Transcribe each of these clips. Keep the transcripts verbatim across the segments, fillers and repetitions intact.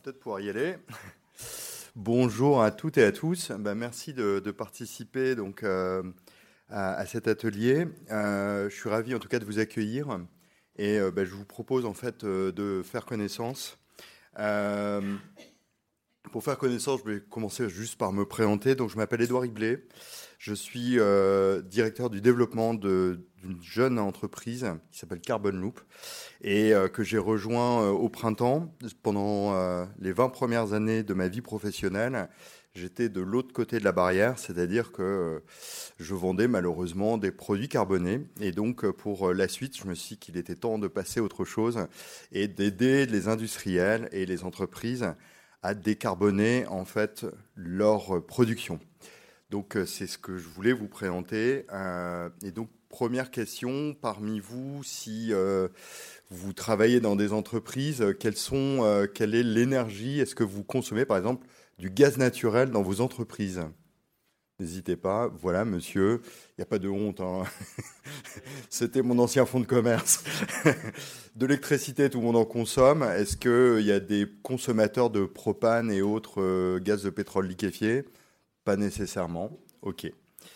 peut-être pouvoir y aller. Bonjour à toutes et à tous. Ben, merci de, de participer donc, euh, à, à cet atelier. Euh, je suis ravi en tout cas de vous accueillir et euh, ben, je vous propose en fait euh, de faire connaissance. Euh, pour faire connaissance, je vais commencer juste par me présenter. Donc, je m'appelle Édouard Hiblet. Je suis euh, directeur du développement de, d'une jeune entreprise qui s'appelle Carbon Loop et euh, que j'ai rejoint euh, au printemps. Pendant euh, les vingt premières années de ma vie professionnelle, j'étais de l'autre côté de la barrière, c'est-à-dire que euh, je vendais malheureusement des produits carbonés. Et donc, pour euh, la suite, je me suis dit qu'il était temps de passer à autre chose et d'aider les industriels et les entreprises à décarboner en fait leur production. Donc, c'est ce que je voulais vous présenter. Euh, et donc, première question, parmi vous, si euh, vous travaillez dans des entreprises, quelles sont, euh, quelle est l'énergie? Est-ce que vous consommez, par exemple, du gaz naturel dans vos entreprises? N'hésitez pas. Voilà, monsieur, il n'y a pas de honte, hein. C'était mon ancien fonds de commerce. De l'électricité, tout le monde en consomme. Est-ce qu'il y a des consommateurs de propane et autres euh, gaz de pétrole liquéfié? Pas nécessairement. OK.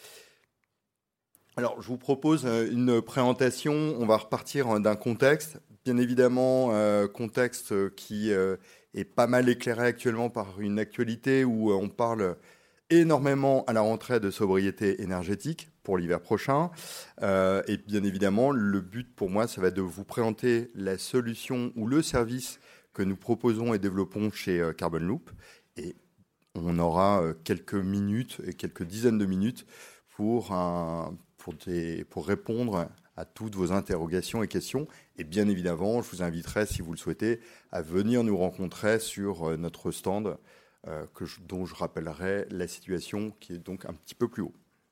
Alors, je vous propose une présentation. On va repartir d'un contexte. Bien évidemment, euh, contexte qui euh, est pas mal éclairé actuellement par une actualité où on parle énormément à la rentrée de sobriété énergétique pour l'hiver prochain. Euh, et bien évidemment, le but pour moi, ça va être de vous présenter la solution ou le service que nous proposons et développons chez euh, Carbon Loop. Et on aura quelques minutes et quelques dizaines de minutes pour, un, pour, des, pour répondre à toutes vos interrogations et questions. Et bien évidemment, je vous inviterai, si vous le souhaitez, à venir nous rencontrer sur notre stand, euh, que je, dont je rappellerai la situation qui est donc un petit peu plus haut.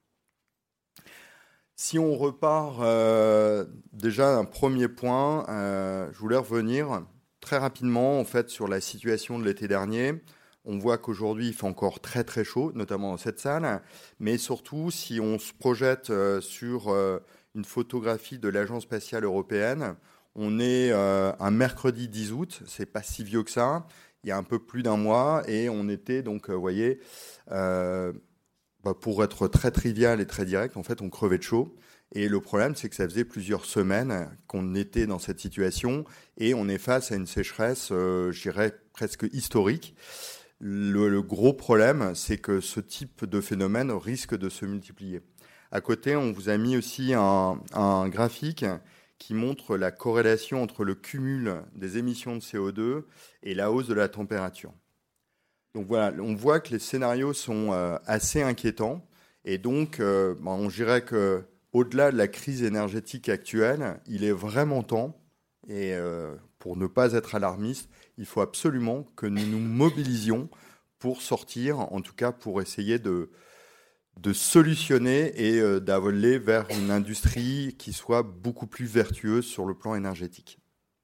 Si on repart, euh, déjà un premier point, euh, je voulais revenir très rapidement en fait, sur la situation de l'été dernier. On voit qu'aujourd'hui, il fait encore très très chaud, notamment dans cette salle. Mais surtout, si on se projette euh, sur euh, une photographie de l'Agence spatiale européenne, on est euh, un mercredi dix août, c'est pas si vieux que ça, il y a un peu plus d'un mois, et on était donc, vous euh, voyez, euh, bah, pour être très trivial et très direct, en fait, on crevait de chaud. Et le problème, c'est que ça faisait plusieurs semaines qu'on était dans cette situation, et on est face à une sécheresse, euh, je dirais, presque historique. Le, le gros problème, c'est que ce type de phénomène risque de se multiplier. À côté, on vous a mis aussi un, un graphique qui montre la corrélation entre le cumul des émissions de C O deux et la hausse de la température. Donc voilà, on voit que les scénarios sont euh, assez inquiétants. Et donc, euh, ben, on dirait qu'au-delà de la crise énergétique actuelle, il est vraiment temps, et euh, pour ne pas être alarmiste, il faut absolument que nous nous mobilisions pour sortir, en tout cas pour essayer de, de solutionner et euh, d'aller vers une industrie qui soit beaucoup plus vertueuse sur le plan énergétique.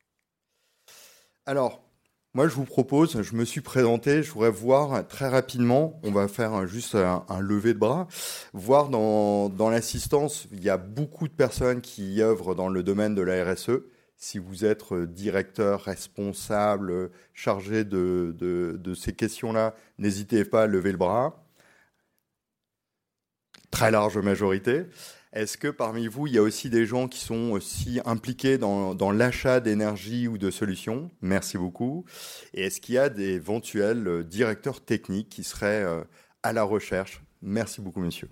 Alors, moi je vous propose, je me suis présenté, je voudrais voir très rapidement, on va faire juste un, un lever de bras, voir dans, dans l'assistance, il y a beaucoup de personnes qui œuvrent dans le domaine de la R S E. Si vous êtes directeur, responsable, chargé de, de, de ces questions-là, n'hésitez pas à lever le bras. Très large majorité. Est-ce que parmi vous, il y a aussi des gens qui sont aussi impliqués dans, dans l'achat d'énergie ou de solutions? Merci beaucoup. Et est-ce qu'il y a des éventuels directeurs techniques qui seraient à la recherche? Merci beaucoup, monsieur.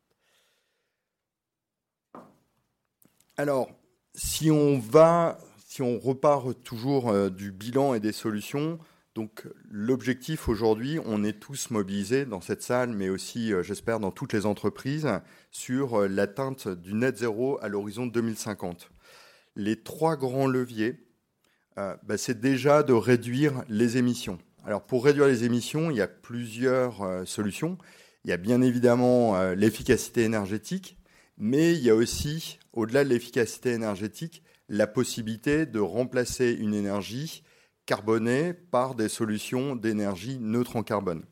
Alors, si on va, si on repart toujours euh, du bilan et des solutions, donc l'objectif aujourd'hui, on est tous mobilisés dans cette salle, mais aussi, euh, j'espère, dans toutes les entreprises, sur euh, l'atteinte du net zéro à l'horizon deux mille cinquante. Les trois grands leviers, euh, bah, c'est déjà de réduire les émissions. Alors pour réduire les émissions, il y a plusieurs euh, solutions. Il y a bien évidemment euh, l'efficacité énergétique, mais il y a aussi, au-delà de l'efficacité énergétique, la possibilité de remplacer une énergie carbonée par des solutions d'énergie neutre en carbone.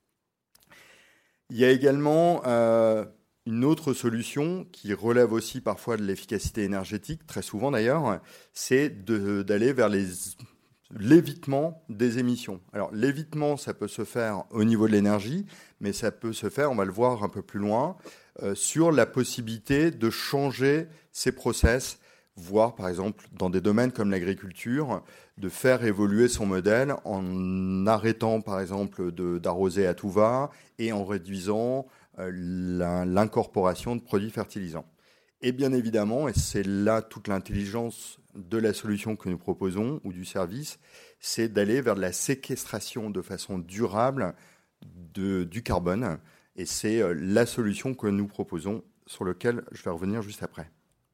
Il y a également euh, une autre solution qui relève aussi parfois de l'efficacité énergétique, très souvent d'ailleurs, c'est de, d'aller vers les, l'évitement des émissions. Alors l'évitement, ça peut se faire au niveau de l'énergie, mais ça peut se faire, on va le voir un peu plus loin, euh, sur la possibilité de changer ces process, voire par exemple dans des domaines comme l'agriculture, de faire évoluer son modèle en arrêtant par exemple de, d'arroser à tout va et en réduisant euh, la, l'incorporation de produits fertilisants. Et bien évidemment, et c'est là toute l'intelligence de la solution que nous proposons ou du service, c'est d'aller vers de la séquestration de façon durable de, du carbone. Et c'est euh, la solution que nous proposons, sur laquelle je vais revenir juste après.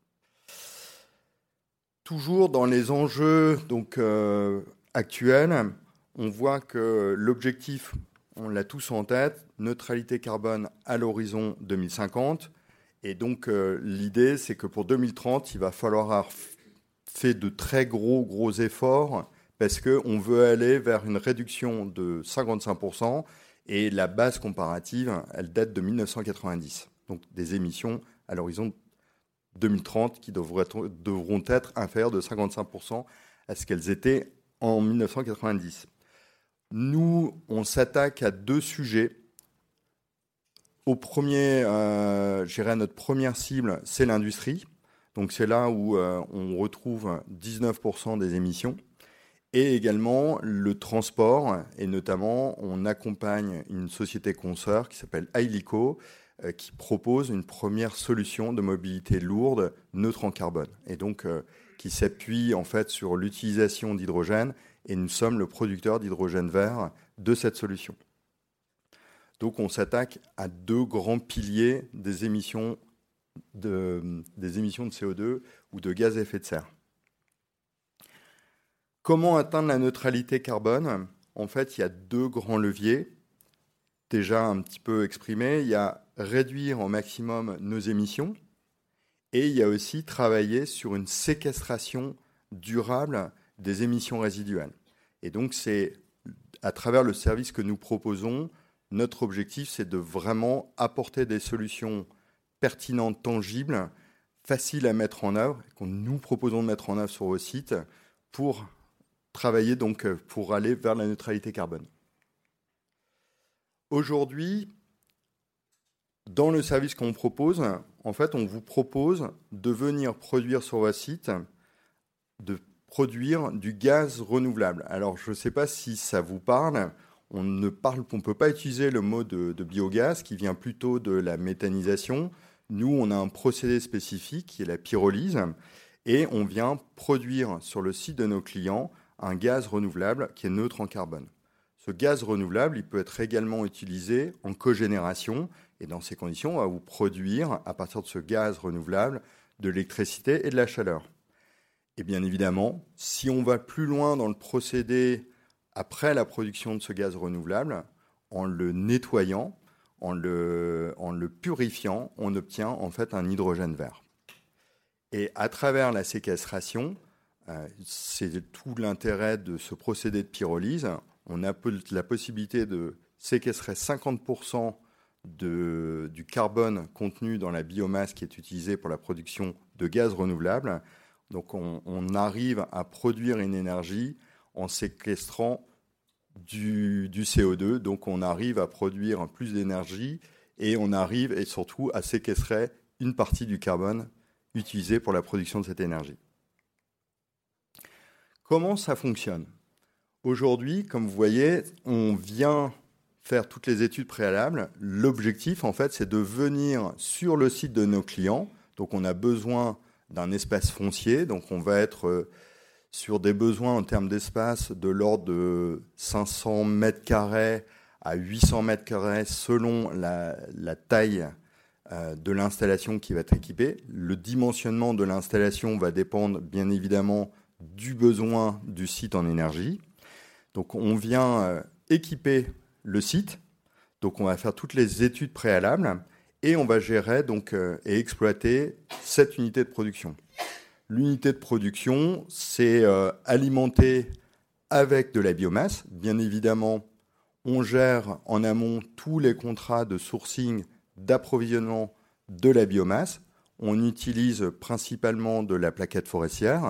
Toujours dans les enjeux donc, euh, actuels, on voit que l'objectif, on l'a tous en tête, neutralité carbone à l'horizon deux mille cinquante. Et donc, euh, l'idée, c'est que pour deux mille trente, il va falloir avoir fait de très gros, gros efforts parce qu'on veut aller vers une réduction de cinquante-cinq pour cent et la base comparative, elle date de mille neuf cent quatre-vingt-dix. Donc, des émissions à l'horizon deux mille trente qui devraient, devront être inférieures de cinquante-cinq pour cent à ce qu'elles étaient en mille neuf cent quatre-vingt-dix. Nous, on s'attaque à deux sujets. Au premier, euh, je dirais notre première cible, c'est l'industrie. Donc c'est là où euh, on retrouve dix-neuf pour cent des émissions. Et également le transport, et notamment on accompagne une société consoeur qui s'appelle Iliko, euh, qui propose une première solution de mobilité lourde neutre en carbone. Et donc euh, qui s'appuie en fait sur l'utilisation d'hydrogène, et nous sommes le producteur d'hydrogène vert de cette solution. Donc on s'attaque à deux grands piliers des émissions de, des émissions de C O deux ou de gaz à effet de serre. Comment atteindre la neutralité carbone ? En fait, il y a deux grands leviers, déjà un petit peu exprimés. Il y a réduire au maximum nos émissions et il y a aussi travailler sur une séquestration durable des émissions résiduelles. Et donc, c'est à travers le service que nous proposons, notre objectif, c'est de vraiment apporter des solutions pertinentes, tangibles, faciles à mettre en œuvre, que nous proposons de mettre en œuvre sur vos sites pour travailler, donc, pour aller vers la neutralité carbone. Aujourd'hui, dans le service qu'on propose, en fait, on vous propose de venir produire sur vos sites, de produire du gaz renouvelable. Alors, je ne sais pas si ça vous parle. On ne parle, on peut pas utiliser le mot de, de biogaz qui vient plutôt de la méthanisation. Nous, on a un procédé spécifique qui est la pyrolyse et on vient produire sur le site de nos clients un gaz renouvelable qui est neutre en carbone. Ce gaz renouvelable, il peut être également utilisé en cogénération et dans ces conditions, on va vous produire à partir de ce gaz renouvelable de l'électricité et de la chaleur. Et bien évidemment, si on va plus loin dans le procédé après la production de ce gaz renouvelable, en le nettoyant, en le, en le purifiant, on obtient en fait un hydrogène vert. Et à travers la séquestration, euh, c'est tout l'intérêt de ce procédé de pyrolyse, on a la possibilité de séquestrer cinquante pour cent de, du carbone contenu dans la biomasse qui est utilisée pour la production de gaz renouvelable. Donc on, on arrive à produire une énergie en séquestrant du, du C O deux. Donc on arrive à produire plus d'énergie et on arrive et surtout à séquestrer une partie du carbone utilisé pour la production de cette énergie. Comment ça fonctionne ? Aujourd'hui, comme vous voyez, on vient faire toutes les études préalables. L'objectif, en fait, c'est de venir sur le site de nos clients. Donc on a besoin d'un espace foncier. Donc on va être sur des besoins en termes d'espace de l'ordre de cinq cents mètres carrés à huit cents mètres carrés selon la, la taille euh, de l'installation qui va être équipée. Le dimensionnement de l'installation va dépendre bien évidemment du besoin du site en énergie. Donc on vient euh, équiper le site. Donc on va faire toutes les études préalables et on va gérer donc, euh, et exploiter cette unité de production. L'unité de production, c'est euh, alimenté avec de la biomasse. Bien évidemment, on gère en amont tous les contrats de sourcing, d'approvisionnement de la biomasse. On utilise principalement de la plaquette forestière.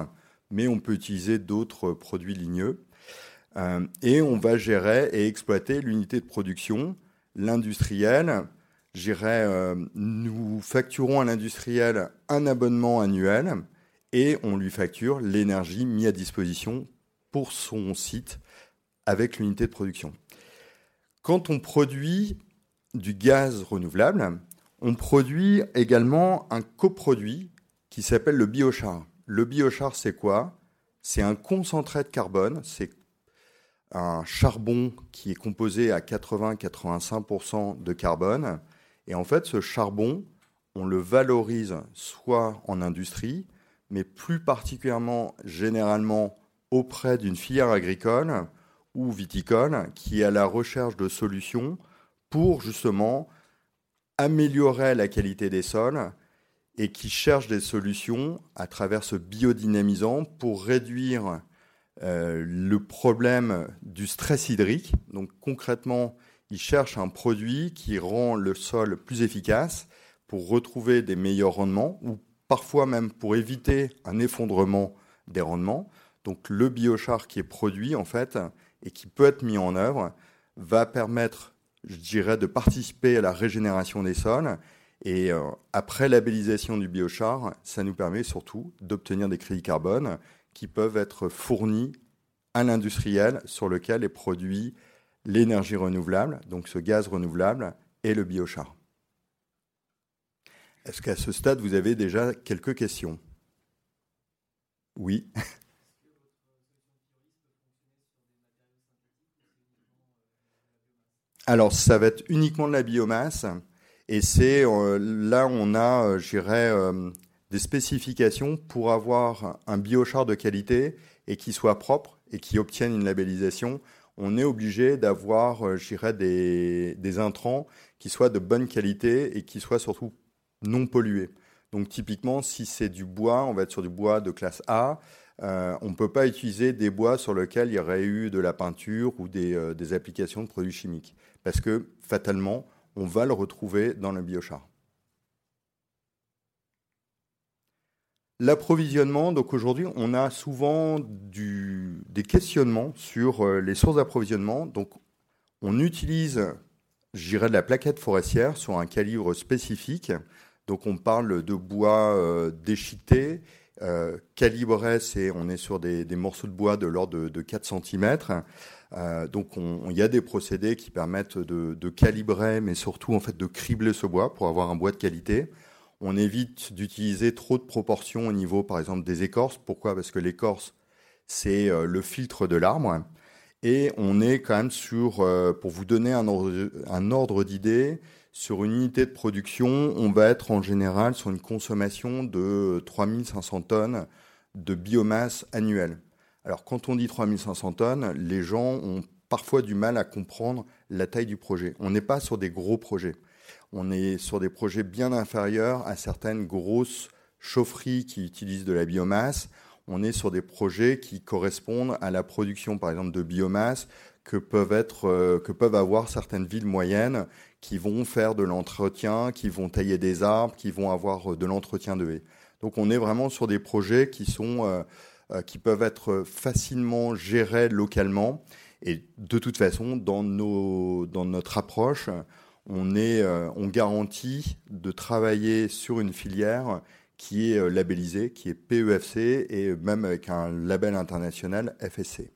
mais on peut utiliser d'autres produits ligneux. Euh, et on va gérer et exploiter l'unité de production. L'industriel, j'irai, euh, nous facturons à l'industriel un abonnement annuel et on lui facture l'énergie mise à disposition pour son site avec l'unité de production. Quand on produit du gaz renouvelable, on produit également un coproduit qui s'appelle le biochar. Le biochar, c'est quoi? C'est un concentré de carbone, c'est un charbon qui est composé à quatre-vingts à quatre-vingt-cinq pour cent de carbone. Et en fait, ce charbon, on le valorise soit en industrie, mais plus particulièrement, généralement, auprès d'une filière agricole ou viticole qui est à la recherche de solutions pour justement améliorer la qualité des sols et qui cherche des solutions à travers ce biodynamisant pour réduire euh, le problème du stress hydrique. Donc concrètement, ils cherchent un produit qui rend le sol plus efficace pour retrouver des meilleurs rendements ou parfois même pour éviter un effondrement des rendements. Donc le biochar qui est produit en fait et qui peut être mis en œuvre va permettre, je dirais, de participer à la régénération des sols. Et euh, après labellisation du biochar, ça nous permet surtout d'obtenir des crédits carbone qui peuvent être fournis à l'industriel sur lequel est produit l'énergie renouvelable, donc ce gaz renouvelable et le biochar. Est-ce qu'à ce stade, vous avez déjà quelques questions? Oui. Alors, ça va être uniquement de la biomasse. Et c'est euh, là, on a, euh, je dirais, euh, des spécifications pour avoir un biochar de qualité et qui soit propre et qui obtienne une labellisation. On est obligé d'avoir, euh, je dirais, des, des intrants qui soient de bonne qualité et qui soient surtout non pollués. Donc, typiquement, si c'est du bois, on va être sur du bois de classe A. Euh, on ne peut pas utiliser des bois sur lesquels il y aurait eu de la peinture ou des, euh, des applications de produits chimiques. Parce que, fatalement, on va le retrouver dans le biochar. L'approvisionnement, donc aujourd'hui, on a souvent du, des questionnements sur euh, les sources d'approvisionnement. Donc, on utilise, je dirais, de la plaquette forestière sur un calibre spécifique. Donc, on parle de bois euh, déchiqueté. Euh, calibré, c'est, on est sur des, des morceaux de bois de l'ordre de, de quatre centimètres. Euh, donc, il y a des procédés qui permettent de, de calibrer, mais surtout en fait de cribler ce bois pour avoir un bois de qualité. On évite d'utiliser trop de proportions au niveau, par exemple, des écorces. Pourquoi? Parce que l'écorce, c'est euh, le filtre de l'arbre. Et on est quand même sur, euh, pour vous donner un ordre, un ordre d'idée, sur une unité de production, on va être en général sur une consommation de trois mille cinq cents tonnes de biomasse annuelle. Alors, quand on dit trois mille cinq cents tonnes, les gens ont parfois du mal à comprendre la taille du projet. On n'est pas sur des gros projets. On est sur des projets bien inférieurs à certaines grosses chaufferies qui utilisent de la biomasse. On est sur des projets qui correspondent à la production, par exemple, de biomasse que peuvent être, euh, que peuvent avoir certaines villes moyennes qui vont faire de l'entretien, qui vont tailler des arbres, qui vont avoir de l'entretien de haies. Donc, on est vraiment sur des projets qui sont... Euh, qui peuvent être facilement gérés localement. Et de toute façon, dans, nos, dans notre approche, on, est, on garantit de travailler sur une filière qui est labellisée, qui est P E F C et même avec un label international F S C.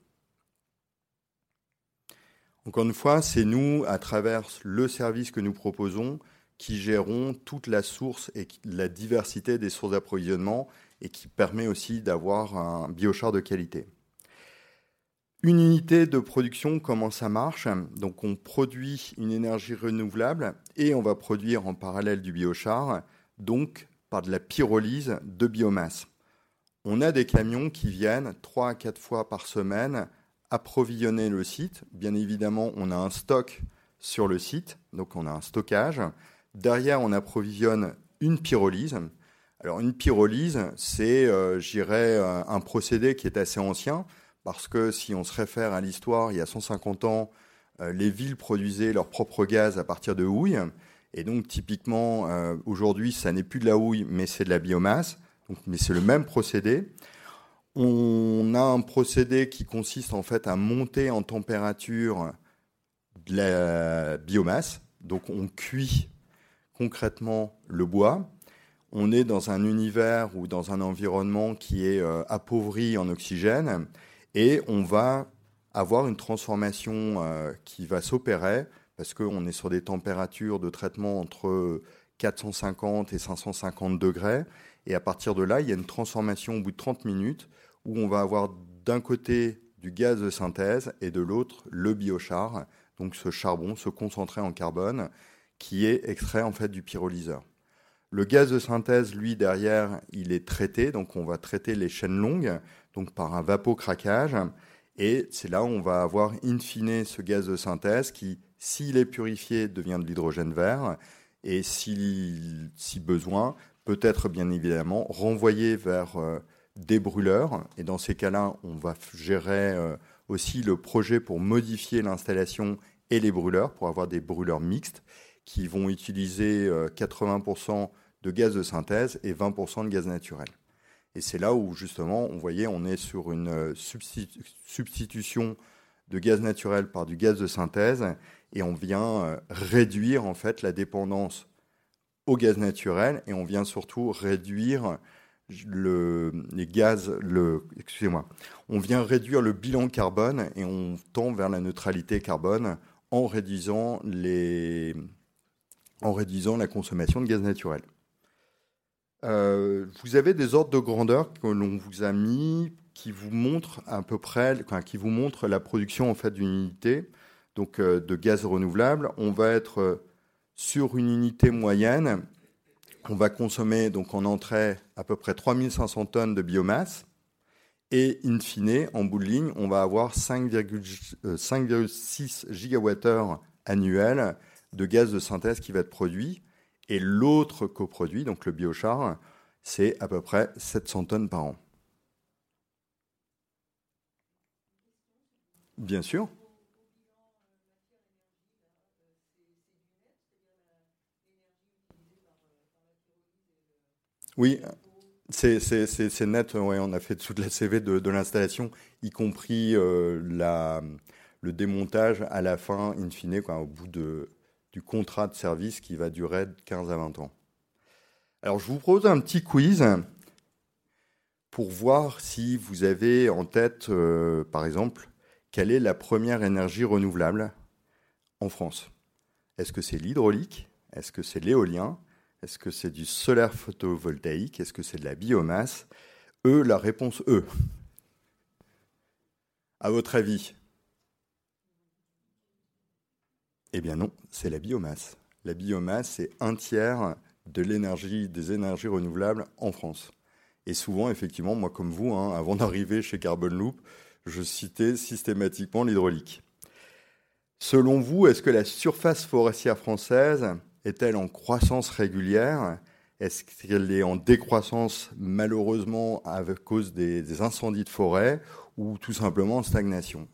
Encore une fois, c'est nous, à travers le service que nous proposons, qui gérons toute la source et la diversité des sources d'approvisionnement et qui permet aussi d'avoir un biochar de qualité. Une unité de production, comment ça marche? Donc on produit une énergie renouvelable et on va produire en parallèle du biochar, donc par de la pyrolyse de biomasse. On a des camions qui viennent trois à quatre fois par semaine approvisionner le site. Bien évidemment, on a un stock sur le site, donc on a un stockage. Derrière, on approvisionne une pyrolyse. Alors une pyrolyse, c'est, euh, je dirais, un procédé qui est assez ancien, parce que si on se réfère à l'histoire, il y a cent cinquante ans, euh, les villes produisaient leur propre gaz à partir de houille. Et donc typiquement, euh, aujourd'hui, ça n'est plus de la houille, mais c'est de la biomasse. Donc, mais c'est le même procédé. On a un procédé qui consiste en fait à monter en température de la biomasse. Donc on cuit concrètement le bois. On est dans un univers ou dans un environnement qui est euh, appauvri en oxygène et on va avoir une transformation euh, qui va s'opérer parce qu'on est sur des températures de traitement entre quatre cent cinquante et cinq cent cinquante degrés. Et à partir de là, il y a une transformation au bout de trente minutes où on va avoir d'un côté du gaz de synthèse et de l'autre le biochar, donc ce charbon, ce concentré en carbone qui est extrait en fait du pyrolyseur. Le gaz de synthèse, lui, derrière, il est traité, donc on va traiter les chaînes longues, donc par un vapocraquage, et c'est là où on va avoir in fine ce gaz de synthèse qui, s'il est purifié, devient de l'hydrogène vert, et si, si besoin, peut être bien évidemment renvoyé vers euh, des brûleurs, et dans ces cas-là, on va gérer euh, aussi le projet pour modifier l'installation et les brûleurs, pour avoir des brûleurs mixtes, qui vont utiliser euh, quatre-vingts pour cent de gaz de synthèse et vingt pour cent de gaz naturel. Et c'est là où, justement, on voyait, on est sur une substitu- substitution de gaz naturel par du gaz de synthèse, et on vient euh, réduire, en fait, la dépendance au gaz naturel, et on vient surtout réduire le, les gaz, le, excusez-moi, on vient réduire le bilan carbone, et on tend vers la neutralité carbone en réduisant les... en réduisant la consommation de gaz naturel. Euh, vous avez des ordres de grandeur que l'on vous a mis qui vous montrent à peu près, enfin, qui vous montrent la production en fait d'une unité donc euh, de gaz renouvelable. On va être euh, sur une unité moyenne. On va consommer donc en entrée à peu près trois mille cinq cents tonnes de biomasse et in fine, en bout de ligne, on va avoir cinq virgule six gigawattheures annuels de gaz de synthèse qui va être produit. Et l'autre coproduit, donc le biochar, c'est à peu près sept cents tonnes par an. Bien sûr. Oui, c'est, c'est, c'est, c'est net. Ouais, on a fait toute la C V de, de l'installation, y compris euh, la, le démontage à la fin, in fine, quoi, au bout de, du contrat de service qui va durer de quinze à vingt ans. Alors, je vous propose un petit quiz pour voir si vous avez en tête, euh, par exemple, quelle est la première énergie renouvelable en France. Est-ce que c'est l'hydraulique? Est-ce que c'est l'éolien? Est-ce que c'est du solaire photovoltaïque? Est-ce que c'est de la biomasse? E, la réponse E. À votre avis? Eh bien non, c'est la biomasse. La biomasse, c'est un tiers de l'énergie, des énergies renouvelables en France. Et souvent, effectivement, moi comme vous, hein, avant d'arriver chez Carbon Loop, je citais systématiquement l'hydraulique. Selon vous, est-ce que la surface forestière française est-elle en croissance régulière? Est-ce qu'elle est en décroissance malheureusement à cause des, des incendies de forêt ou tout simplement en stagnation?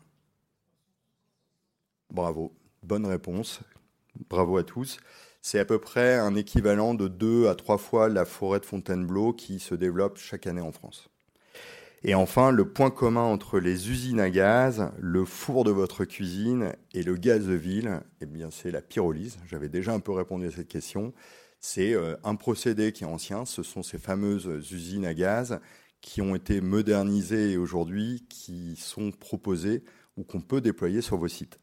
Bravo, bonne réponse. Bravo à tous. C'est à peu près un équivalent de deux à trois fois la forêt de Fontainebleau qui se développe chaque année en France. Et enfin, le point commun entre les usines à gaz, le four de votre cuisine et le gaz de ville, eh bien, c'est la pyrolyse. J'avais déjà un peu répondu à cette question. C'est euh, un procédé qui est ancien. Ce sont ces fameuses usines à gaz qui ont été modernisées et aujourd'hui qui sont proposées ou qu'on peut déployer sur vos sites.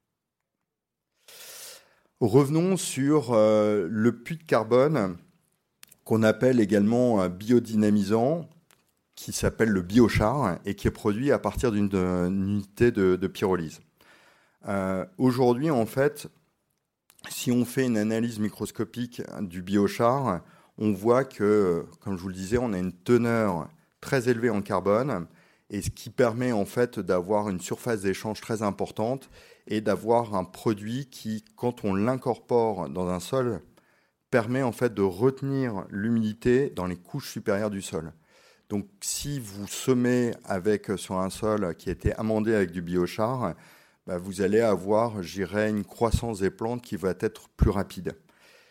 Revenons sur euh, le puits de carbone qu'on appelle également biodynamisant, qui s'appelle le biochar et qui est produit à partir d'une unité de, de pyrolyse. Euh, aujourd'hui, en fait, si on fait une analyse microscopique du biochar, on voit que, comme je vous le disais, on a une teneur très élevée en carbone, et ce qui permet en fait d'avoir une surface d'échange très importante et d'avoir un produit qui, quand on l'incorpore dans un sol, permet en fait de retenir l'humidité dans les couches supérieures du sol. Donc, si vous semez avec, sur un sol qui a été amendé avec du biochar, bah, vous allez avoir, je dirais, une croissance des plantes qui va être plus rapide.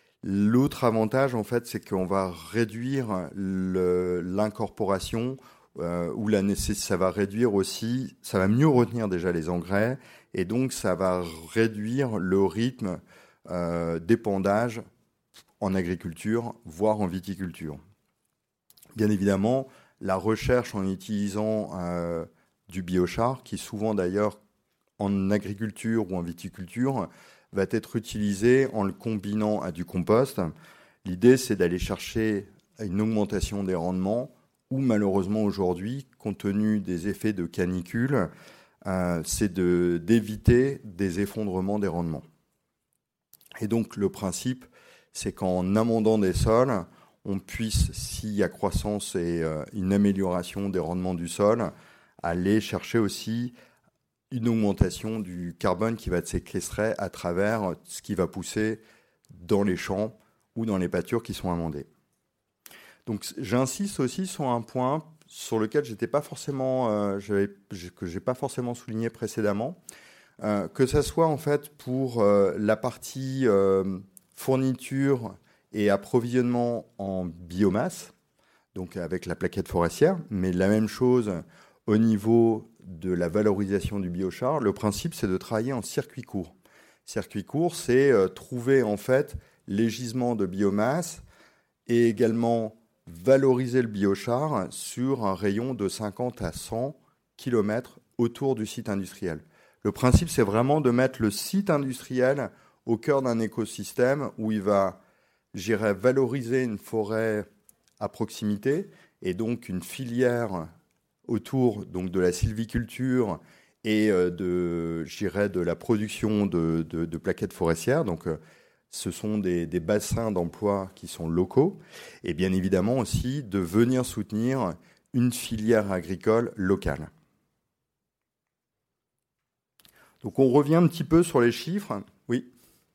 L'autre avantage, en fait, c'est qu'on va réduire le, l'incorporation euh, où la nécess- ça va réduire aussi, ça va mieux retenir déjà les engrais, et donc ça va réduire le rythme euh, d'épandage en agriculture, voire en viticulture. Bien évidemment, la recherche en utilisant euh, du biochar, qui souvent d'ailleurs en agriculture ou en viticulture, va être utilisé en le combinant à du compost. L'idée, c'est d'aller chercher une augmentation des rendements, ou malheureusement aujourd'hui, compte tenu des effets de canicule, euh, c'est de, d'éviter des effondrements des rendements. Et donc le principe, c'est qu'en amendant des sols, on puisse, s'il y a croissance et euh, une amélioration des rendements du sol, aller chercher aussi une augmentation du carbone qui va être séquestré à travers ce qui va pousser dans les champs ou dans les pâtures qui sont amendées. Donc j'insiste aussi sur un point sur lequel j'étais pas forcément, euh, que j'ai pas forcément souligné précédemment, euh, que ça soit en fait pour euh, la partie euh, fourniture et approvisionnement en biomasse, donc avec la plaquette forestière, mais la même chose au niveau de la valorisation du biochar. Le principe, c'est de travailler en circuit court. Circuit court, c'est euh, trouver en fait les gisements de biomasse et également valoriser le biochar sur un rayon de cinquante à cent kilomètres autour du site industriel. Le principe, c'est vraiment de mettre le site industriel au cœur d'un écosystème où il va, j'irais, valoriser une forêt à proximité et donc une filière autour donc, de la sylviculture et de, j'irais, de la production de, de, de plaquettes forestières. Donc, ce sont des, des bassins d'emploi qui sont locaux et bien évidemment aussi de venir soutenir une filière agricole locale. Donc on revient un petit peu sur les chiffres. Oui.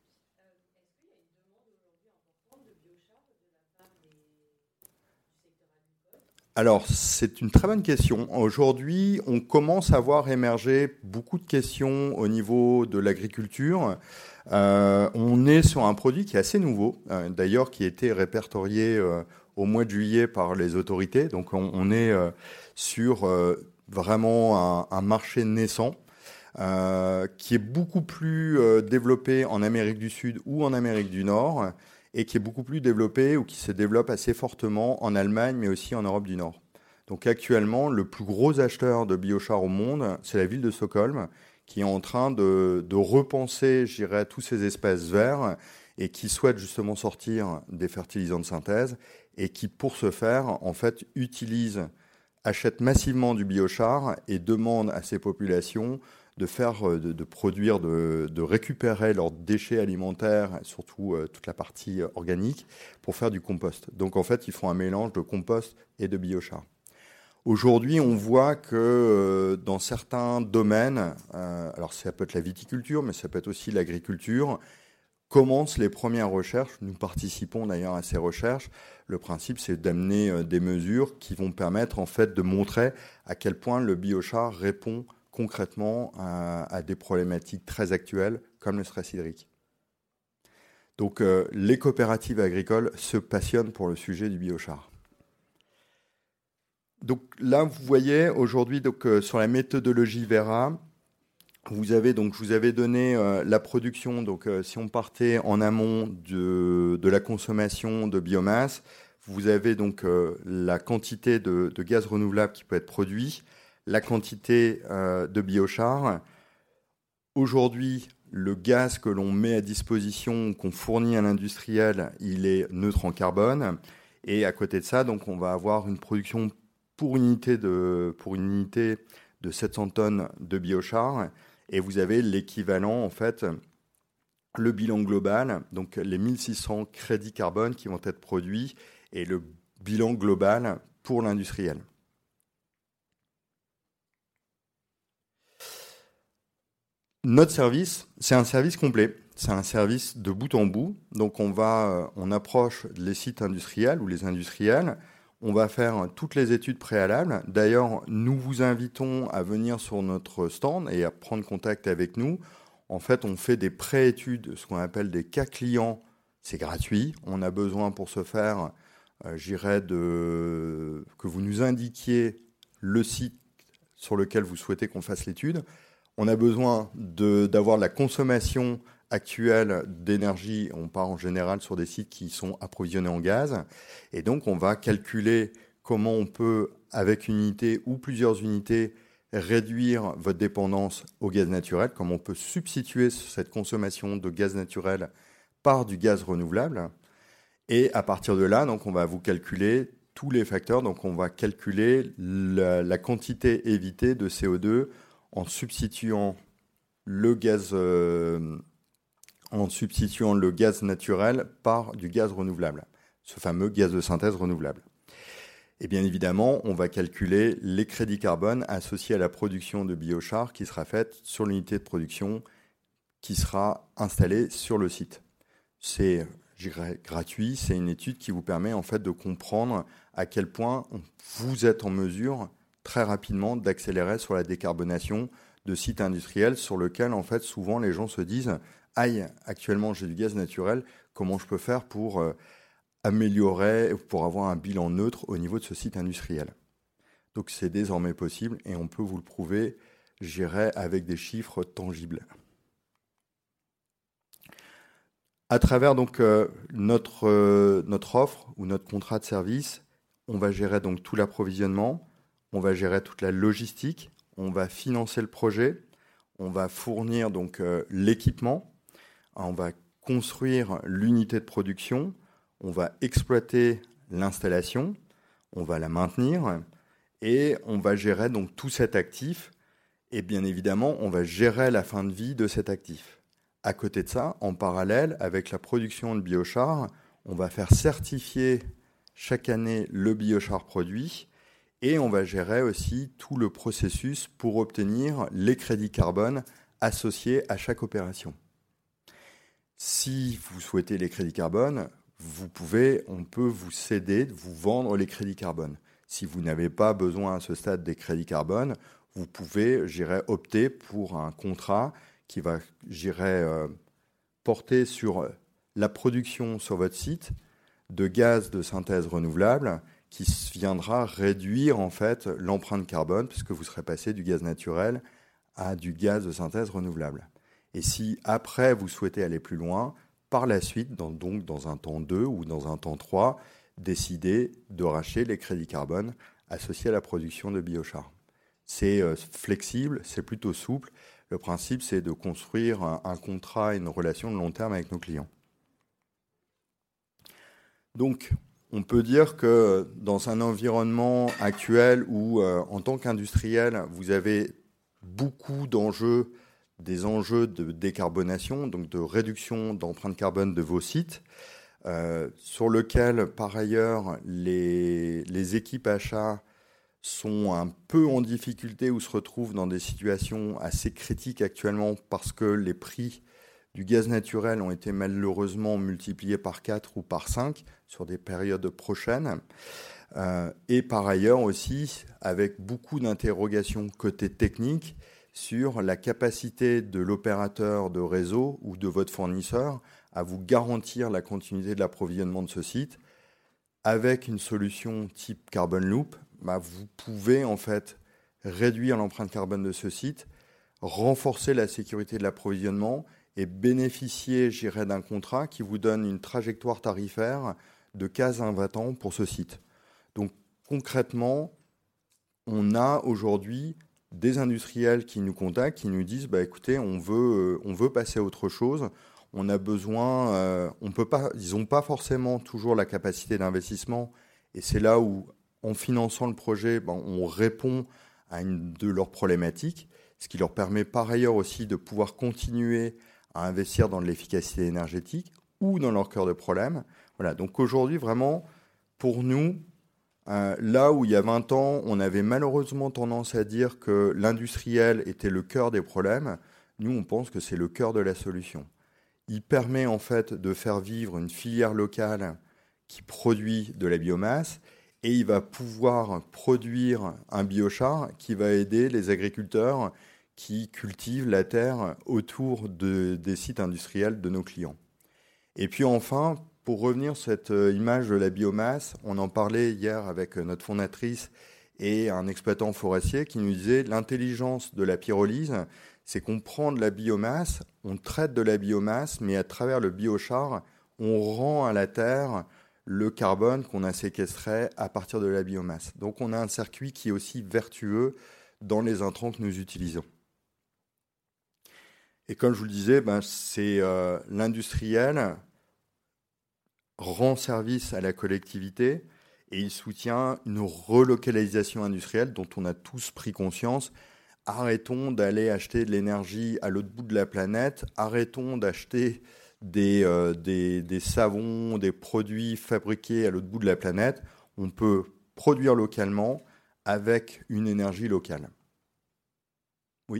Alors, c'est une très bonne question. Aujourd'hui, on commence à voir émerger beaucoup de questions au niveau de l'agriculture. Euh, on est sur un produit qui est assez nouveau, euh, d'ailleurs, qui a été répertorié euh, au mois de juillet par les autorités. Donc, on, on est euh, sur euh, vraiment un, un marché naissant. Euh, qui est beaucoup plus euh, développé en Amérique du Sud ou en Amérique du Nord, et qui est beaucoup plus développé ou qui se développe assez fortement en Allemagne, mais aussi en Europe du Nord. Donc actuellement, le plus gros acheteur de biochar au monde, c'est la ville de Stockholm, qui est en train de, de repenser, je dirais, tous ces espaces verts et qui souhaite justement sortir des fertilisants de synthèse et qui, pour ce faire, en fait, utilise, achète massivement du biochar et demande à ces populations de faire, de, de produire, de, de récupérer leurs déchets alimentaires, surtout euh, toute la partie euh, organique, pour faire du compost. Donc en fait, ils font un mélange de compost et de biochar. Aujourd'hui, on voit que euh, dans certains domaines, euh, alors ça peut être la viticulture, mais ça peut être aussi l'agriculture, commencent les premières recherches. Nous participons d'ailleurs à ces recherches. Le principe, c'est d'amener euh, des mesures qui vont permettre en fait de montrer à quel point le biochar répond concrètement à, à des problématiques très actuelles comme le stress hydrique. Donc euh, les coopératives agricoles se passionnent pour le sujet du biochar. Donc là, vous voyez aujourd'hui donc, euh, sur la méthodologie Verra, vous avez donc, je vous avais donné euh, la production, donc euh, si on partait en amont de, de la consommation de biomasse, vous avez donc euh, la quantité de, de gaz renouvelable qui peut être produit, la quantité euh, de biochar. Aujourd'hui, le gaz que l'on met à disposition, qu'on fournit à l'industriel, il est neutre en carbone. Et à côté de ça, donc, on va avoir une production pour une unité de, pour une unité de sept cents tonnes de biochar. Et vous avez l'équivalent, en fait, le bilan global, donc les mille six cents crédits carbone qui vont être produits et le bilan global pour l'industriel. Notre service, c'est un service complet. C'est un service de bout en bout. Donc, on va, on approche les sites industriels ou les industriels. On va faire toutes les études préalables. D'ailleurs, nous vous invitons à venir sur notre stand et à prendre contact avec nous. En fait, on fait des pré-études, ce qu'on appelle des cas clients. C'est gratuit. On a besoin pour ce faire, euh, j'irais, de, que vous nous indiquiez le site sur lequel vous souhaitez qu'on fasse l'étude. On a besoin de, d'avoir la consommation actuelle d'énergie. On part en général sur des sites qui sont approvisionnés en gaz. Et donc, on va calculer comment on peut, avec une unité ou plusieurs unités, réduire votre dépendance au gaz naturel, comment on peut substituer cette consommation de gaz naturel par du gaz renouvelable. Et à partir de là, donc, on va vous calculer tous les facteurs. Donc, on va calculer la, la quantité évitée de C O deux en substituant le gaz, euh, en substituant le gaz naturel par du gaz renouvelable, ce fameux gaz de synthèse renouvelable. Et bien évidemment, on va calculer les crédits carbone associés à la production de biochar qui sera faite sur l'unité de production qui sera installée sur le site. C'est, je dirais, gratuit, c'est une étude qui vous permet en fait de comprendre à quel point vous êtes en mesure très rapidement d'accélérer sur la décarbonation de sites industriels sur lesquels en fait souvent les gens se disent « Aïe, actuellement j'ai du gaz naturel, comment je peux faire pour… Euh, améliorer pour avoir un bilan neutre au niveau de ce site industriel. » Donc c'est désormais possible et on peut vous le prouver, j'irai avec des chiffres tangibles. À travers donc euh, notre, euh, notre offre ou notre contrat de service, on va gérer donc tout l'approvisionnement, on va gérer toute la logistique, on va financer le projet, on va fournir donc euh, l'équipement, on va construire l'unité de production, on va exploiter l'installation, on va la maintenir et on va gérer donc tout cet actif et bien évidemment, on va gérer la fin de vie de cet actif. À côté de ça, en parallèle, avec la production de biochar, on va faire certifier chaque année le biochar produit et on va gérer aussi tout le processus pour obtenir les crédits carbone associés à chaque opération. Si vous souhaitez les crédits carbone, vous pouvez, on peut vous céder, vous vendre les crédits carbone. Si vous n'avez pas besoin à ce stade des crédits carbone, vous pouvez, j'irai, opter pour un contrat qui va, j'irai, euh, porter sur la production sur votre site de gaz de synthèse renouvelable qui viendra réduire en fait l'empreinte carbone puisque vous serez passé du gaz naturel à du gaz de synthèse renouvelable. Et si après vous souhaitez aller plus loin, par la suite, dans, donc dans un temps deux ou dans un temps trois, décider de racheter les crédits carbone associés à la production de biochar. C'est euh, flexible, c'est plutôt souple. Le principe, c'est de construire un, un contrat et une relation de long terme avec nos clients. Donc, on peut dire que dans un environnement actuel où, euh, en tant qu'industriel, vous avez beaucoup d'enjeux, des enjeux de décarbonation, donc de réduction d'empreinte carbone de vos sites, euh, sur lequel, par ailleurs, les, les équipes achats sont un peu en difficulté ou se retrouvent dans des situations assez critiques actuellement parce que les prix du gaz naturel ont été malheureusement multipliés par quatre ou par cinq sur des périodes prochaines. Euh, et par ailleurs aussi, avec beaucoup d'interrogations côté technique, sur la capacité de l'opérateur de réseau ou de votre fournisseur à vous garantir la continuité de l'approvisionnement de ce site. Avec une solution type Carbon Loop, bah vous pouvez en fait réduire l'empreinte carbone de ce site, renforcer la sécurité de l'approvisionnement et bénéficier, je dirais, d'un contrat qui vous donne une trajectoire tarifaire de quinze à vingt ans pour ce site. Donc concrètement, on a aujourd'hui des industriels qui nous contactent, qui nous disent bah, « écoutez, on veut, on veut passer à autre chose, on a besoin, euh, on peut pas, ils n'ont pas forcément toujours la capacité d'investissement et c'est là où, en finançant le projet, ben, on répond à une de leurs problématiques, ce qui leur permet par ailleurs aussi de pouvoir continuer à investir dans de l'efficacité énergétique ou dans leur cœur de problème. » Voilà, donc aujourd'hui, vraiment, pour nous, Euh, là où il y a vingt ans, on avait malheureusement tendance à dire que l'industriel était le cœur des problèmes, nous on pense que c'est le cœur de la solution. Il permet en fait de faire vivre une filière locale qui produit de la biomasse et il va pouvoir produire un biochar qui va aider les agriculteurs qui cultivent la terre autour de, des sites industriels de nos clients. Et puis enfin, pour revenir sur cette image de la biomasse, on en parlait hier avec notre fondatrice et un exploitant forestier qui nous disait l'intelligence de la pyrolyse, c'est qu'on prend de la biomasse, on traite de la biomasse, mais à travers le biochar, on rend à la terre le carbone qu'on a séquestré à partir de la biomasse. Donc on a un circuit qui est aussi vertueux dans les intrants que nous utilisons. Et comme je vous le disais, ben, c'est euh, l'industriel rend service à la collectivité et il soutient une relocalisation industrielle dont on a tous pris conscience. Arrêtons d'aller acheter de l'énergie à l'autre bout de la planète, arrêtons d'acheter des, euh, des, des savons, des produits fabriqués à l'autre bout de la planète. On peut produire localement avec une énergie locale. Oui.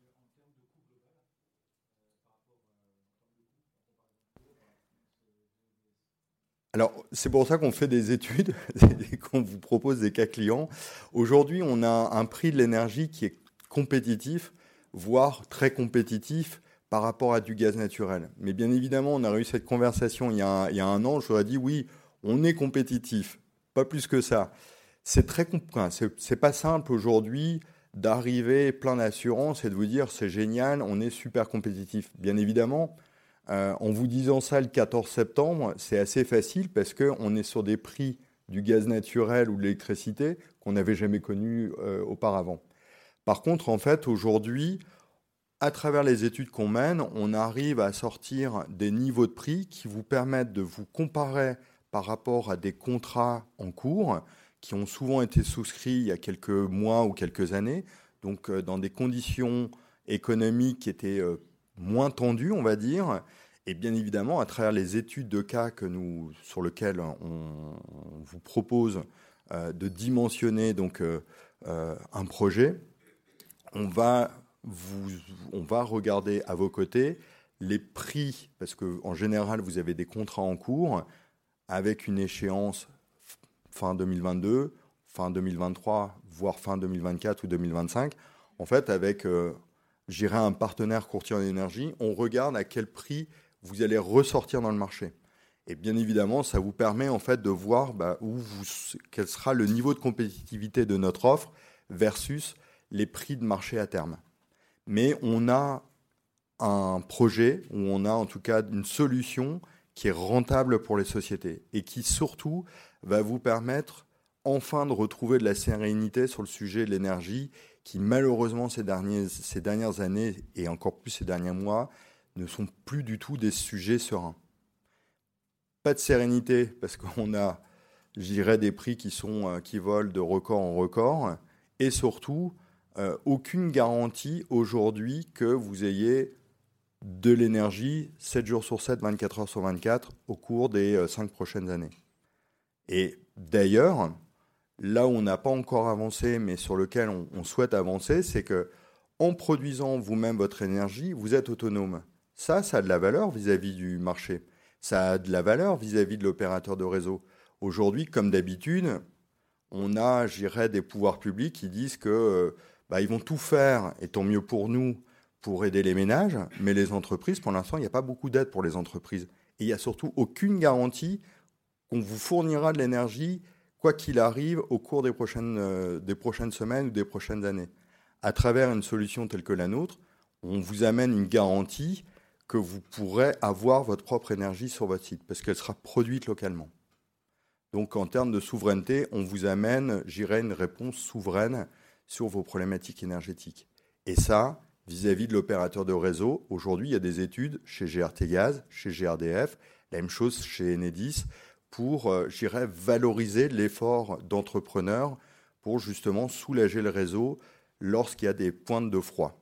Alors, c'est pour ça qu'on fait des études et qu'on vous propose des cas clients. Aujourd'hui, on a un prix de l'énergie qui est compétitif, voire très compétitif par rapport à du gaz naturel. Mais bien évidemment, on a eu cette conversation il y a un, il y a un an. Je vous ai dit, oui, on est compétitif, pas plus que ça. C'est très enfin, c'est, c'est pas simple aujourd'hui d'arriver plein d'assurance et de vous dire, c'est génial, on est super compétitif. Bien évidemment, euh, en vous disant ça le quatorze septembre, c'est assez facile parce qu'on est sur des prix du gaz naturel ou de l'électricité qu'on n'avait jamais connus euh, auparavant. Par contre, en fait, aujourd'hui, à travers les études qu'on mène, on arrive à sortir des niveaux de prix qui vous permettent de vous comparer par rapport à des contrats en cours qui ont souvent été souscrits il y a quelques mois ou quelques années, donc euh, dans des conditions économiques qui étaient euh, moins tendues, on va dire. Et bien évidemment, à travers les études de cas que nous, sur lesquelles on, on vous propose euh, de dimensionner donc, euh, euh, un projet, on va, vous, on va regarder à vos côtés les prix, parce qu'en général, vous avez des contrats en cours avec une échéance fin deux mille vingt-deux, fin deux mille vingt-trois, voire fin deux mille vingt-quatre ou deux mille vingt-cinq. En fait, avec, euh, j'irai un partenaire courtier en énergie, on regarde à quel prix vous allez ressortir dans le marché. Et bien évidemment, ça vous permet en fait de voir bah, où vous, quel sera le niveau de compétitivité de notre offre versus les prix de marché à terme. Mais on a un projet où on a en tout cas une solution qui est rentable pour les sociétés et qui surtout va vous permettre enfin de retrouver de la sérénité sur le sujet de l'énergie qui malheureusement ces, derniers, ces dernières années et encore plus ces derniers mois ne sont plus du tout des sujets sereins. Pas de sérénité parce qu'on a, je dirais, des prix qui, sont, qui volent de record en record et surtout euh, aucune garantie aujourd'hui que vous ayez de l'énergie sept jours sur sept, vingt-quatre heures sur vingt-quatre au cours des euh, cinq prochaines années. Et d'ailleurs, là où on n'a pas encore avancé, mais sur lequel on, on souhaite avancer, c'est que en produisant vous-même votre énergie, vous êtes autonome. Ça, ça a de la valeur vis-à-vis du marché. Ça a de la valeur vis-à-vis de l'opérateur de réseau. Aujourd'hui, comme d'habitude, on a, je dirais, des pouvoirs publics qui disent que euh, bah, ils vont tout faire, et tant mieux pour nous, pour aider les ménages, mais les entreprises, pour l'instant, il n'y a pas beaucoup d'aide pour les entreprises. Et il n'y a surtout aucune garantie qu'on vous fournira de l'énergie, quoi qu'il arrive, au cours des prochaines, euh, des prochaines semaines ou des prochaines années. À travers une solution telle que la nôtre, on vous amène une garantie que vous pourrez avoir votre propre énergie sur votre site, parce qu'elle sera produite localement. Donc, en termes de souveraineté, on vous amène, j'irais, une réponse souveraine sur vos problématiques énergétiques. Et ça, vis-à-vis de l'opérateur de réseau, aujourd'hui, il y a des études chez G R T Gaz, chez G R D F, la même chose chez Enedis, pour, euh, j'irais, valoriser l'effort d'entrepreneurs pour justement soulager le réseau lorsqu'il y a des pointes de froid.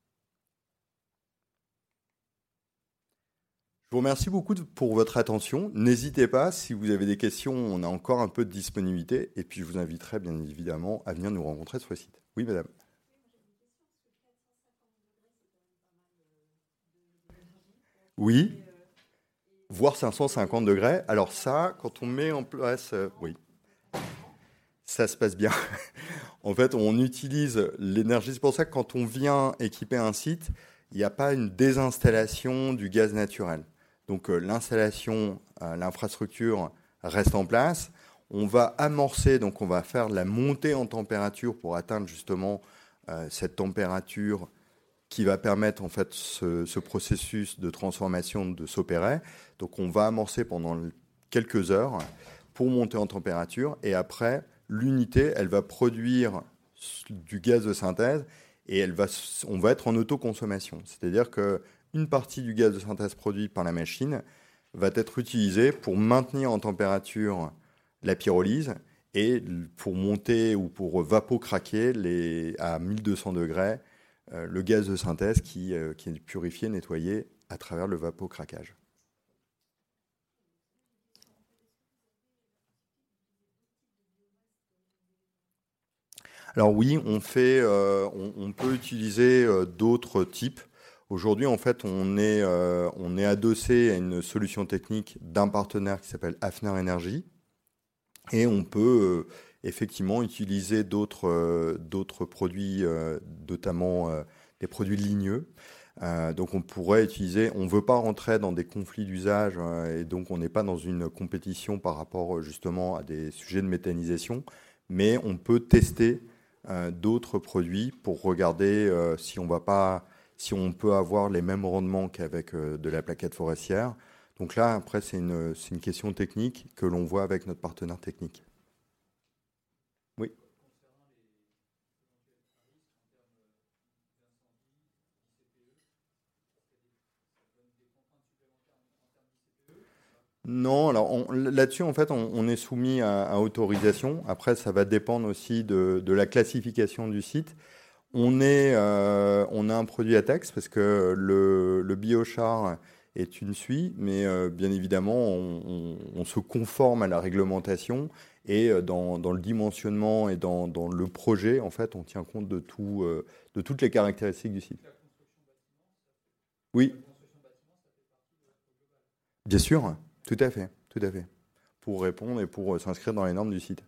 Je vous remercie beaucoup pour votre attention. N'hésitez pas, si vous avez des questions, on a encore un peu de disponibilité. Et puis, je vous inviterai bien évidemment à venir nous rencontrer sur le site. Oui, madame. Oui, voire cinq cent cinquante degrés. Alors ça, quand on met en place... Euh, oui, ça se passe bien. En fait, on utilise l'énergie. C'est pour ça que quand on vient équiper un site, il n'y a pas une désinstallation du gaz naturel. Donc euh, l'installation, euh, l'infrastructure reste en place. On va amorcer, donc on va faire la montée en température pour atteindre justement euh, cette température qui va permettre en fait ce, ce processus de transformation de s'opérer. Donc on va amorcer pendant quelques heures pour monter en température et après l'unité elle va produire du gaz de synthèse et elle va, on va être en autoconsommation. C'est-à-dire qu'une partie du gaz de synthèse produit par la machine va être utilisée pour maintenir en température la pyrolyse et pour monter ou pour vapocraquer les, à mille deux cents degrés euh, le gaz de synthèse qui, euh, qui est purifié, nettoyé à travers le vapocraquage. Alors oui, on, fait, euh, on, on peut utiliser euh, d'autres types. Aujourd'hui, en fait, on est, euh, on est adossé à une solution technique d'un partenaire qui s'appelle Hafner Energy. Et on peut euh, effectivement utiliser d'autres euh, d'autres produits, euh, notamment euh, des produits ligneux. Euh, donc on pourrait utiliser, on ne veut pas rentrer dans des conflits d'usage euh, et donc on n'est pas dans une compétition par rapport justement à des sujets de méthanisation, mais on peut tester euh, d'autres produits pour regarder euh, si on va pas, si on peut avoir les mêmes rendements qu'avec euh, de la plaquette forestière. Donc là, après, c'est une, c'est une question technique que l'on voit avec notre partenaire technique. Oui. Non, alors on- là-dessus, en fait, on, on est soumis à, à autorisation. Après, ça va dépendre aussi de, de la classification du site. On, est, euh, on a un produit à texte parce que le, le biochar est une suie, mais euh, bien évidemment, on, on- on se conforme à la réglementation et euh, dans, dans le dimensionnement et dans, dans le projet, en fait, on tient compte de, tout, euh, de toutes les caractéristiques du site. Oui, bien sûr, tout à fait, tout à fait, pour répondre et pour euh, s'inscrire dans les normes du site.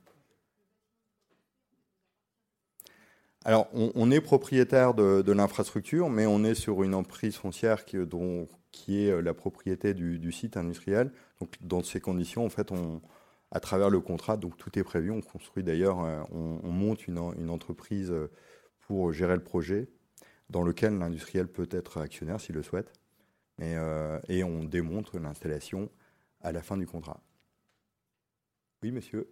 Alors, on, on est propriétaire de, de l'infrastructure, mais on est sur une emprise foncière qui, dont- qui est euh, la propriété du, du site industriel. Donc, dans ces conditions, en fait, on, à travers le contrat, donc tout est prévu. On construit d'ailleurs, euh, on, on monte une, en- une entreprise euh, pour gérer le projet, dans lequel l'industriel peut être actionnaire s'il le souhaite. Et, euh, et on démontre l'installation à la fin du contrat. Oui, monsieur.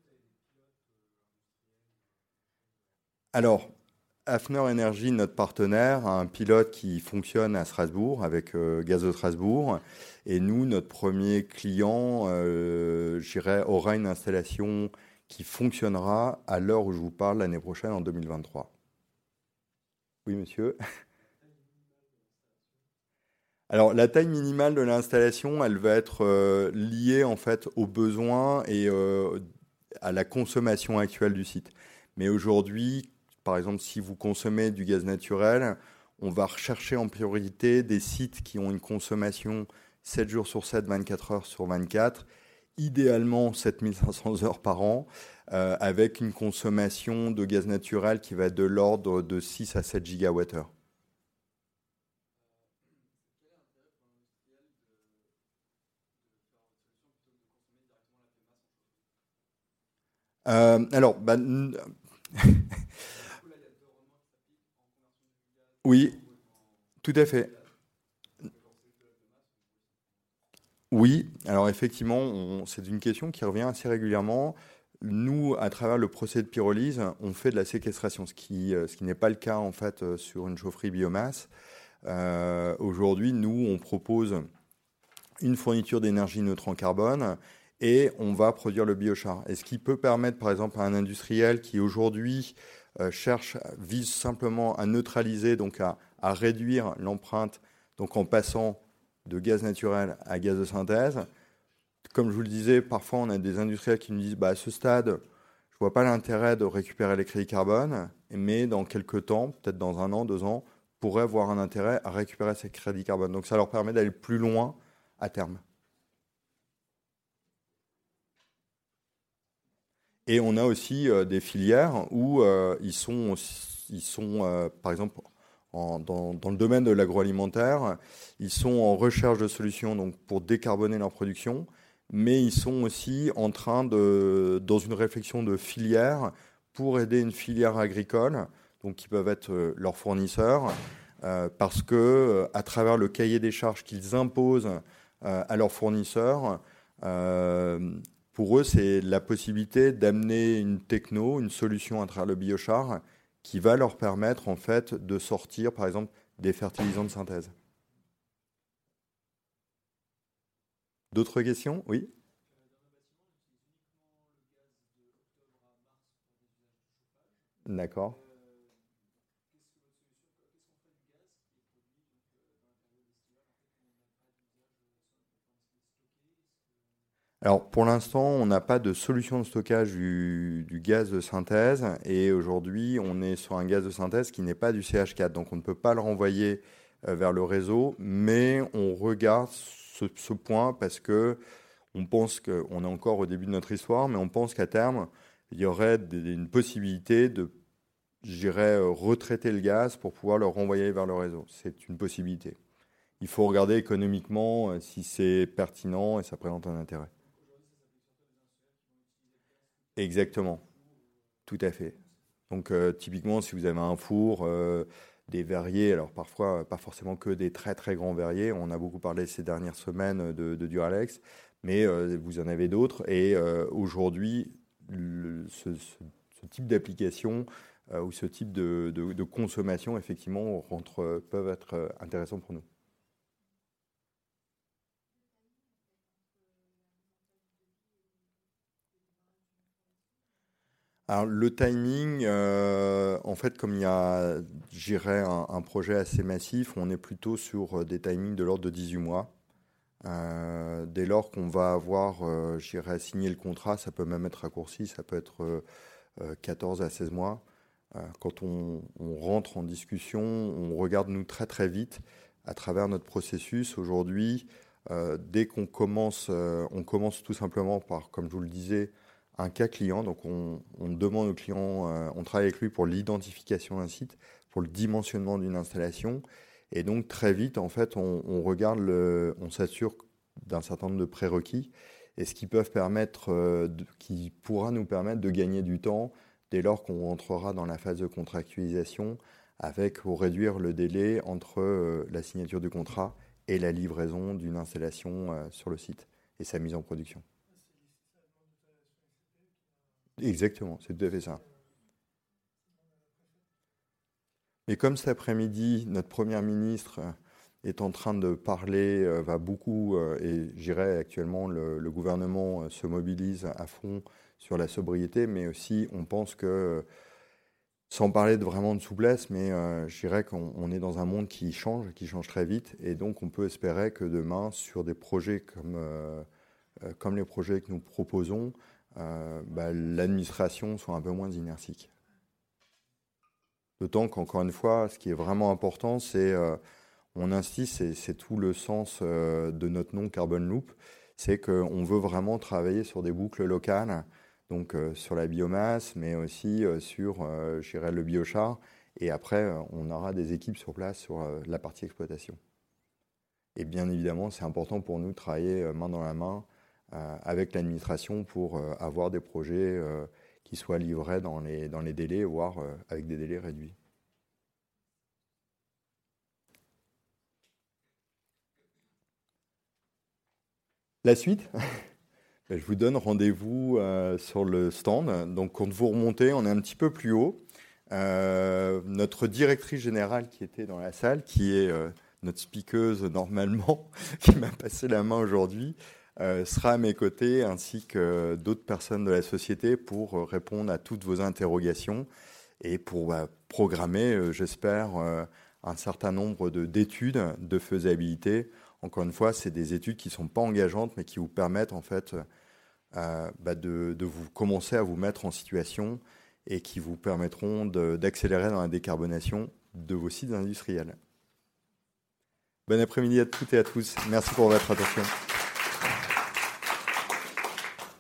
Alors, Hafner Energy, notre partenaire, a un pilote qui fonctionne à Strasbourg avec euh, Gaz de Strasbourg. Et nous, notre premier client, euh, je dirais, aura une installation qui fonctionnera à l'heure où je vous parle l'année prochaine, en deux mille vingt-trois. Oui, monsieur. Alors, la taille minimale de l'installation, elle va être euh, liée en fait aux besoins et euh, à la consommation actuelle du site. Mais aujourd'hui, par exemple, si vous consommez du gaz naturel, on va rechercher en priorité des sites qui ont une consommation sept jours sur sept, vingt-quatre heures sur vingt-quatre, idéalement sept mille cinq cents heures par an, euh, avec une consommation de gaz naturel qui va être de l'ordre de six à sept gigawattheures. Euh, alors, bah, oui, tout à fait. Oui, alors effectivement, on- c'est une question qui revient assez régulièrement. Nous, à travers le procédé de pyrolyse, on fait de la séquestration, ce qui, euh, ce qui n'est pas le cas en fait euh, sur une chaufferie biomasse. Euh, aujourd'hui, nous, on propose une fourniture d'énergie neutre en carbone et on va produire le biochar. Et ce qui peut permettre, par exemple, à un industriel qui aujourd'hui euh, cherche, vise simplement à neutraliser, donc à, à réduire l'empreinte, donc en passant de gaz naturel à gaz de synthèse. Comme je vous le disais, parfois on a des industriels qui nous disent bah, à ce stade, je ne vois pas l'intérêt de récupérer les crédits carbone, mais dans quelques temps, peut-être dans un an, deux ans, pourraient avoir un intérêt à récupérer ces crédits carbone. Donc ça leur permet d'aller plus loin à terme. Et on a aussi euh, des filières où euh, ils sont, ils sont euh, par exemple, en- dans, dans le domaine de l'agroalimentaire, ils sont en recherche de solutions donc, pour décarboner leur production, mais ils sont aussi en train de, dans une réflexion de filière pour aider une filière agricole, donc qui peuvent être euh, leurs fournisseurs, euh, parce que euh, à travers le cahier des charges qu'ils imposent euh, à leurs fournisseurs, euh, pour eux, c'est la possibilité d'amener une techno, une solution à travers le biochar qui va leur permettre en fait de sortir, par exemple, des fertilisants de synthèse. D'autres questions? Oui. D'accord. Alors, pour l'instant, on n'a pas de solution de stockage du, du gaz de synthèse. Et aujourd'hui, on est sur un gaz de synthèse qui n'est pas du C H quatre. Donc, on ne peut pas le renvoyer euh, vers le réseau. Mais on regarde ce, ce point parce que on pense qu'on est encore au début de notre histoire, mais on pense qu'à terme, il y aurait des, une possibilité de, je dirais, retraiter le gaz pour pouvoir le renvoyer vers le réseau. C'est une possibilité. Il faut regarder économiquement euh, si c'est pertinent et ça présente un intérêt. Exactement, tout à fait. Donc euh, typiquement, si vous avez un four, euh, des verriers, alors parfois euh, pas forcément que des très très grands verriers, on a beaucoup parlé ces dernières semaines de, de Duralex, mais euh, vous en avez d'autres. Et euh, aujourd'hui, le- ce, ce- ce type d'application euh, ou ce type de, de- de consommation, effectivement, rentre, euh, peuvent être euh, intéressants pour nous. Alors, le timing, euh, en fait, comme il y a, j'irais, un, un projet assez massif, on est plutôt sur euh, des timings de l'ordre de dix-huit mois. Euh, dès lors qu'on va avoir, euh, j'irais, signé le contrat, ça peut même être raccourci, ça peut être euh, euh, quatorze à seize mois. Euh, quand on, on rentre en discussion, on regarde nous très très vite à travers notre processus. Aujourd'hui, euh, dès qu'on commence, euh, on commence tout simplement par, comme je vous le disais, un cas client. Donc on, on demande au client, euh, on travaille avec lui pour l'identification d'un site, pour le dimensionnement d'une installation. Et donc très vite, en fait, on, on regarde, le, on s'assure d'un certain nombre de prérequis et ce qui peuvent permettre, euh, de- qui pourra nous permettre de gagner du temps dès lors qu'on rentrera dans la phase de contractualisation avec pour réduire le délai entre euh, la signature du contrat et la livraison d'une installation euh, sur le site et sa mise en production. Exactement, c'est tout à fait ça. Mais comme cet après-midi, notre première ministre euh, est en train de parler, euh, va beaucoup, euh, et j'irais actuellement, le, le gouvernement euh, se mobilise à fond sur la sobriété, mais aussi on pense que, euh, sans parler de vraiment de souplesse, mais euh, je dirais qu'on on est dans un monde qui change, qui change très vite, et donc on peut espérer que demain, sur des projets comme, euh, euh, comme les projets que nous proposons, euh, bah, l'administration soit un peu moins inertique. D'autant qu'encore une fois, ce qui est vraiment important, c'est, euh, on insiste, et c'est tout le sens euh, de notre nom Carbon Loop, c'est qu'on veut vraiment travailler sur des boucles locales, donc euh, sur la biomasse, mais aussi euh, sur, euh, je dirais, le biochar. Et après, euh, on aura des équipes sur place sur euh, la partie exploitation. Et bien évidemment, c'est important pour nous de travailler euh, main dans la main euh, avec l'administration pour euh, avoir des projets euh, qui soient livrés dans les, dans les délais, voire euh, avec des délais réduits. La suite, ben, je vous donne rendez-vous euh, sur le stand. Donc, quand vous remontez, on est un petit peu plus haut. Euh, notre directrice générale qui était dans la salle, qui est euh, notre speakeuse normalement, qui m'a passé la main aujourd'hui, euh, sera à mes côtés, ainsi que d'autres personnes de la société pour euh, répondre à toutes vos interrogations et pour bah, programmer, euh, j'espère, euh, un certain nombre de, d'études de faisabilité. Encore une fois, c'est des études qui ne sont pas engageantes, mais qui vous permettent en fait euh, bah, de, de vous commencer à vous mettre en situation et qui vous permettront de, d'accélérer dans la décarbonation de vos sites industriels. Bon après-midi à toutes et à tous. Merci pour votre attention.